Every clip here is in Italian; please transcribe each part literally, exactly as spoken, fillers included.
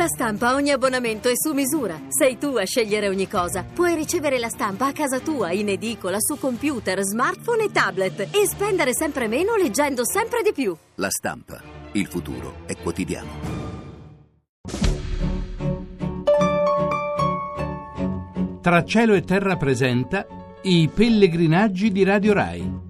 Stampa ogni abbonamento è su misura. Sei tu a scegliere ogni cosa. Puoi ricevere la stampa a casa tua, in edicola, su computer, smartphone e tablet e spendere sempre meno leggendo sempre di più. La Stampa. Il futuro è quotidiano. Tra cielo e terra presenta I pellegrinaggi di Radio Rai.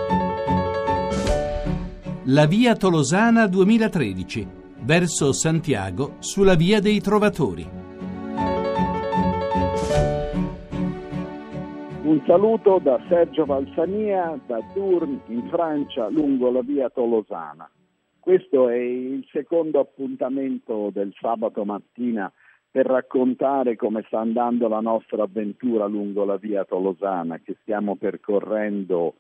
La via Tolosana duemilatredici, verso Santiago, sulla via dei Trovatori. Un saluto da Sergio Valsania, da Tours, in Francia, lungo la via Tolosana. Questo è il secondo appuntamento del sabato mattina per raccontare come sta andando la nostra avventura lungo la via Tolosana, che stiamo percorrendo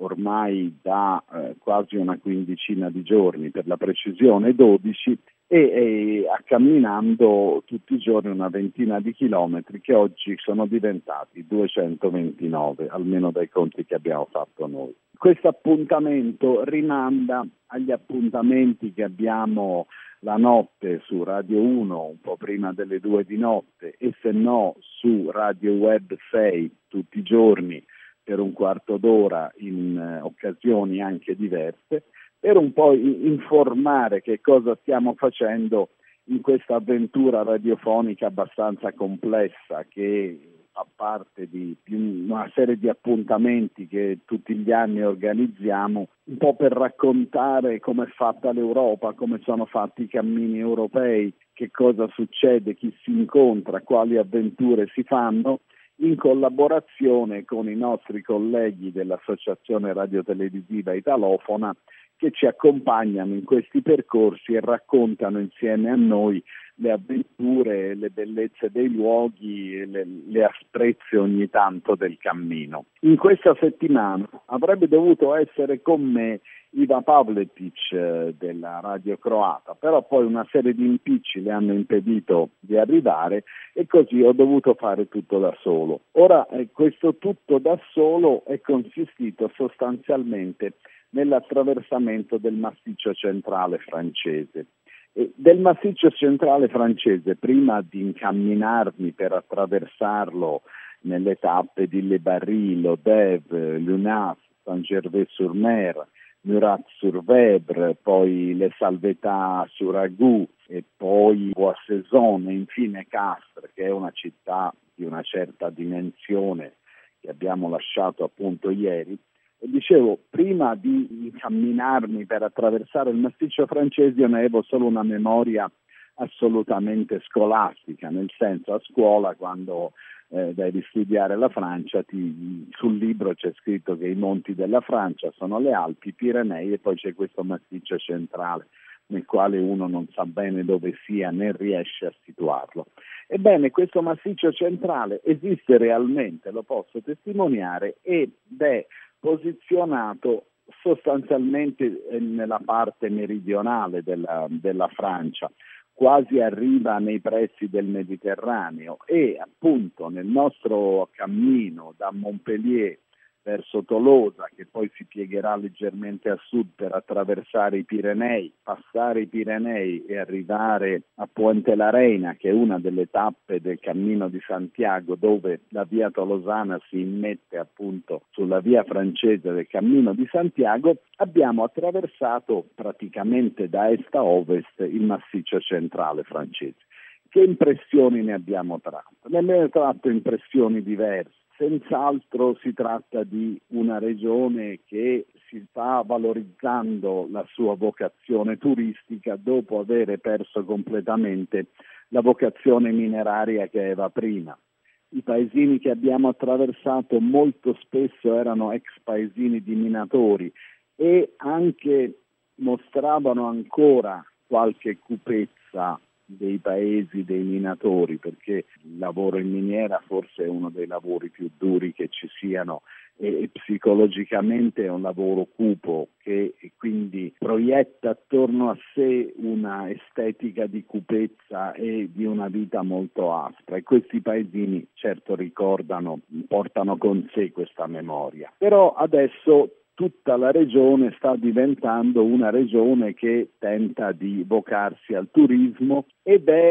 ormai da eh, quasi una quindicina di giorni, per la precisione dodici, e, e accamminando tutti i giorni una ventina di chilometri che oggi sono diventati duecentoventinove, almeno dai conti che abbiamo fatto noi. Questo appuntamento rimanda agli appuntamenti che abbiamo la notte su Radio uno, un po' prima delle due di notte, e se no su Radio Web sei tutti i giorni per un quarto d'ora in eh, occasioni anche diverse, per un po' informare che cosa stiamo facendo in questa avventura radiofonica abbastanza complessa, che fa parte di, di una serie di appuntamenti che tutti gli anni organizziamo, un po' per raccontare come è fatta l'Europa, come sono fatti i cammini europei, che cosa succede, chi si incontra, quali avventure si fanno, in collaborazione con i nostri colleghi dell'Associazione Radiotelevisiva Italofona, che ci accompagnano in questi percorsi e raccontano insieme a noi le avventure, le bellezze dei luoghi, le, le asprezze ogni tanto del cammino. In questa settimana avrebbe dovuto essere con me Iva Pavletic eh, della Radio Croata, però poi una serie di impicci le hanno impedito di arrivare e così ho dovuto fare tutto da solo. Ora eh, questo tutto da solo è consistito sostanzialmente nell'attraversamento del massiccio centrale francese. E del massiccio centrale francese, prima di incamminarmi per attraversarlo nelle tappe di Le Barry, Lodève, Lunaf, Saint-Gervais-sur-Mer, Murat-sur-Vebre, poi Le Salvetat sur Agout e poi Boissezon e infine Castres, che è una città di una certa dimensione che abbiamo lasciato appunto ieri. E dicevo, prima di incamminarmi per attraversare il massiccio francese, io ne avevo solo una memoria assolutamente scolastica, nel senso, a scuola quando eh, devi studiare la Francia, ti, sul libro c'è scritto che i monti della Francia sono le Alpi, i Pirenei e poi c'è questo massiccio centrale nel quale uno non sa bene dove sia né riesce a situarlo. Ebbene, questo massiccio centrale esiste realmente, lo posso testimoniare, ed è posizionato sostanzialmente nella parte meridionale della, della Francia, quasi arriva nei pressi del Mediterraneo e appunto nel nostro cammino da Montpellier verso Tolosa, che poi si piegherà leggermente a sud per attraversare i Pirenei, passare i Pirenei e arrivare a Puente la Reina, che è una delle tappe del Cammino di Santiago, dove la via Tolosana si immette appunto sulla via francese del Cammino di Santiago, abbiamo attraversato praticamente da est a ovest il massiccio centrale francese. Che impressioni ne abbiamo tratto? Ne abbiamo tratto impressioni diverse. Senz'altro si tratta di una regione che si sta valorizzando la sua vocazione turistica dopo aver perso completamente la vocazione mineraria che aveva prima. I paesini che abbiamo attraversato molto spesso erano ex paesini di minatori e anche mostravano ancora qualche cupezza dei paesi dei minatori, perché il lavoro in miniera forse è uno dei lavori più duri che ci siano e, e psicologicamente è un lavoro cupo che quindi proietta attorno a sé una estetica di cupezza e di una vita molto aspra, e questi paesini certo ricordano, portano con sé questa memoria. Però adesso tutta la regione sta diventando una regione che tenta di vocarsi al turismo ed è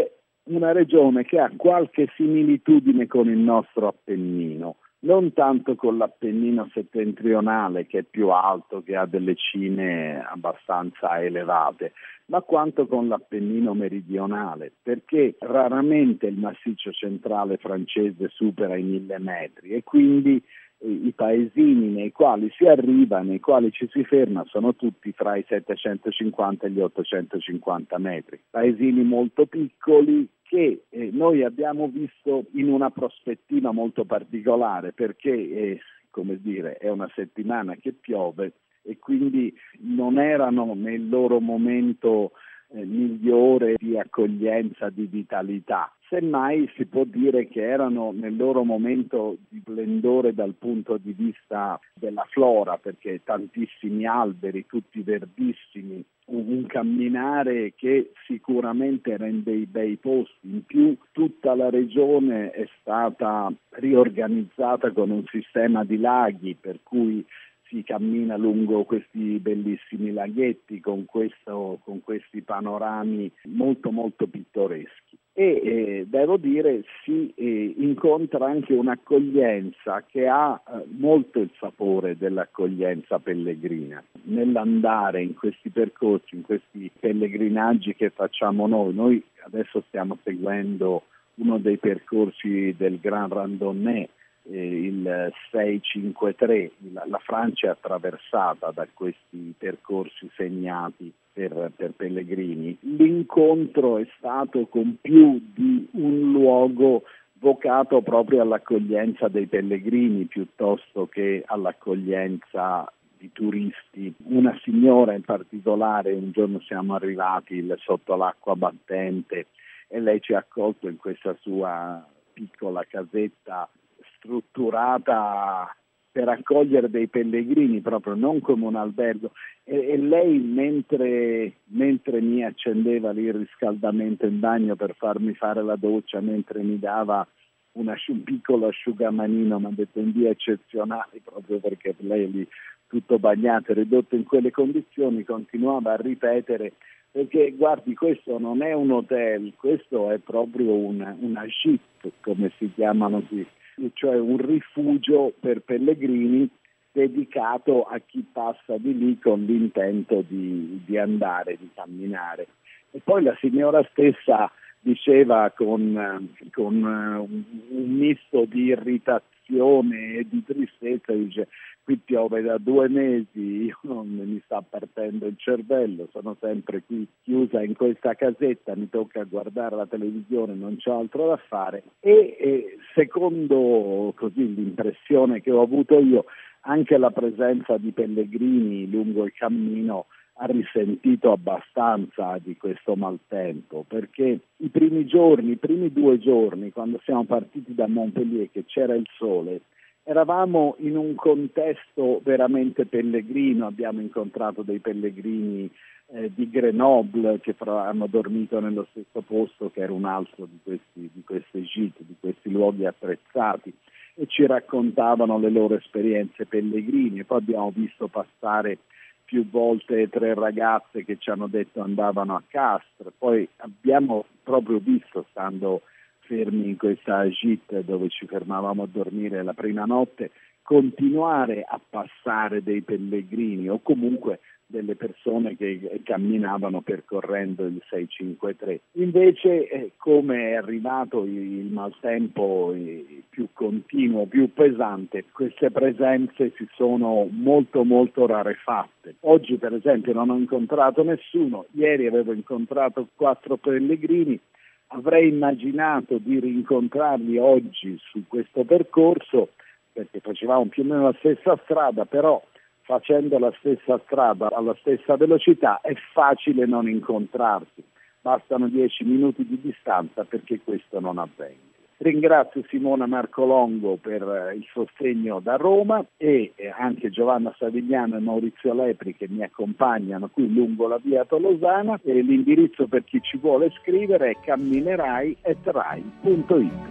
una regione che ha qualche similitudine con il nostro Appennino, non tanto con l'Appennino settentrionale che è più alto, che ha delle cime abbastanza elevate, ma quanto con l'Appennino meridionale, perché raramente il massiccio centrale francese supera i mille metri e quindi i paesini nei quali si arriva, nei quali ci si ferma, sono tutti fra i settecentocinquanta e gli ottocentocinquanta metri. Paesini molto piccoli che eh, noi abbiamo visto in una prospettiva molto particolare, perché eh, come dire, è una settimana che piove e quindi non erano nel loro momento eh, migliore di accoglienza, di vitalità. Semmai si può dire che erano nel loro momento di splendore dal punto di vista della flora, perché tantissimi alberi, tutti verdissimi, un camminare che sicuramente rende i bei posti. In più tutta la regione è stata riorganizzata con un sistema di laghi, per cui si cammina lungo questi bellissimi laghetti con, questo, con questi panorami molto molto pittoreschi. E eh, devo dire si eh, incontra anche un'accoglienza che ha eh, molto il sapore dell'accoglienza pellegrina. Nell'andare in questi percorsi, in questi pellegrinaggi che facciamo noi, noi adesso stiamo seguendo uno dei percorsi del Grand Randonnée, eh, il sei cinque tre, la, la Francia è attraversata da questi percorsi segnati Per, per pellegrini. L'incontro è stato con più di un luogo vocato proprio all'accoglienza dei pellegrini piuttosto che all'accoglienza di turisti. Una signora in particolare, un giorno siamo arrivati sotto l'acqua battente e lei ci ha accolto in questa sua piccola casetta strutturata per accogliere dei pellegrini, proprio non come un albergo, e, e lei mentre, mentre mi accendeva lì il riscaldamento in bagno per farmi fare la doccia, mentre mi dava una, un piccolo asciugamanino, ma detto in vie eccezionali, proprio perché lei lì tutto bagnato e ridotto in quelle condizioni, continuava a ripetere, perché guardi, questo non è un hotel, questo è proprio una, una gîte, come si chiamano qui, cioè un rifugio per pellegrini dedicato a chi passa di lì con l'intento di, di andare, di camminare. E poi la signora stessa diceva con, con un, un misto di irritazione e di tristezza, dice: qui piove da due mesi, io non mi sta partendo il cervello, sono sempre qui chiusa in questa casetta, mi tocca guardare la televisione, non c'ho altro da fare. E, e secondo così l'impressione che ho avuto io, anche la presenza di pellegrini lungo il cammino ha risentito abbastanza di questo maltempo, perché i primi giorni, i primi due giorni, quando siamo partiti da Montpellier, che c'era il sole, eravamo in un contesto veramente pellegrino. Abbiamo incontrato dei pellegrini eh, di Grenoble che fra, hanno dormito nello stesso posto, che era un altro di questi, di queste gite, di questi luoghi attrezzati, e ci raccontavano le loro esperienze pellegrini. E poi abbiamo visto passare più volte tre ragazze che ci hanno detto andavano a Castres. Poi abbiamo proprio visto, stando fermi in questa gite dove ci fermavamo a dormire la prima notte, continuare a passare dei pellegrini o comunque delle persone che camminavano percorrendo il sei cinque tre. Invece, eh, come è arrivato il maltempo eh, più continuo, più pesante, queste presenze si sono molto molto rarefatte. Oggi per esempio non ho incontrato nessuno, ieri avevo incontrato quattro pellegrini. Avrei immaginato di rincontrarli oggi su questo percorso, perché facevamo più o meno la stessa strada, però facendo la stessa strada alla stessa velocità è facile non incontrarsi. Bastano dieci minuti di distanza perché questo non avvenga. Ringrazio Simona Marcolongo per il sostegno da Roma e anche Giovanna Savigliano e Maurizio Lepri che mi accompagnano qui lungo la via Tolosana, e l'indirizzo per chi ci vuole scrivere è camminerai chiocciola rai punto it.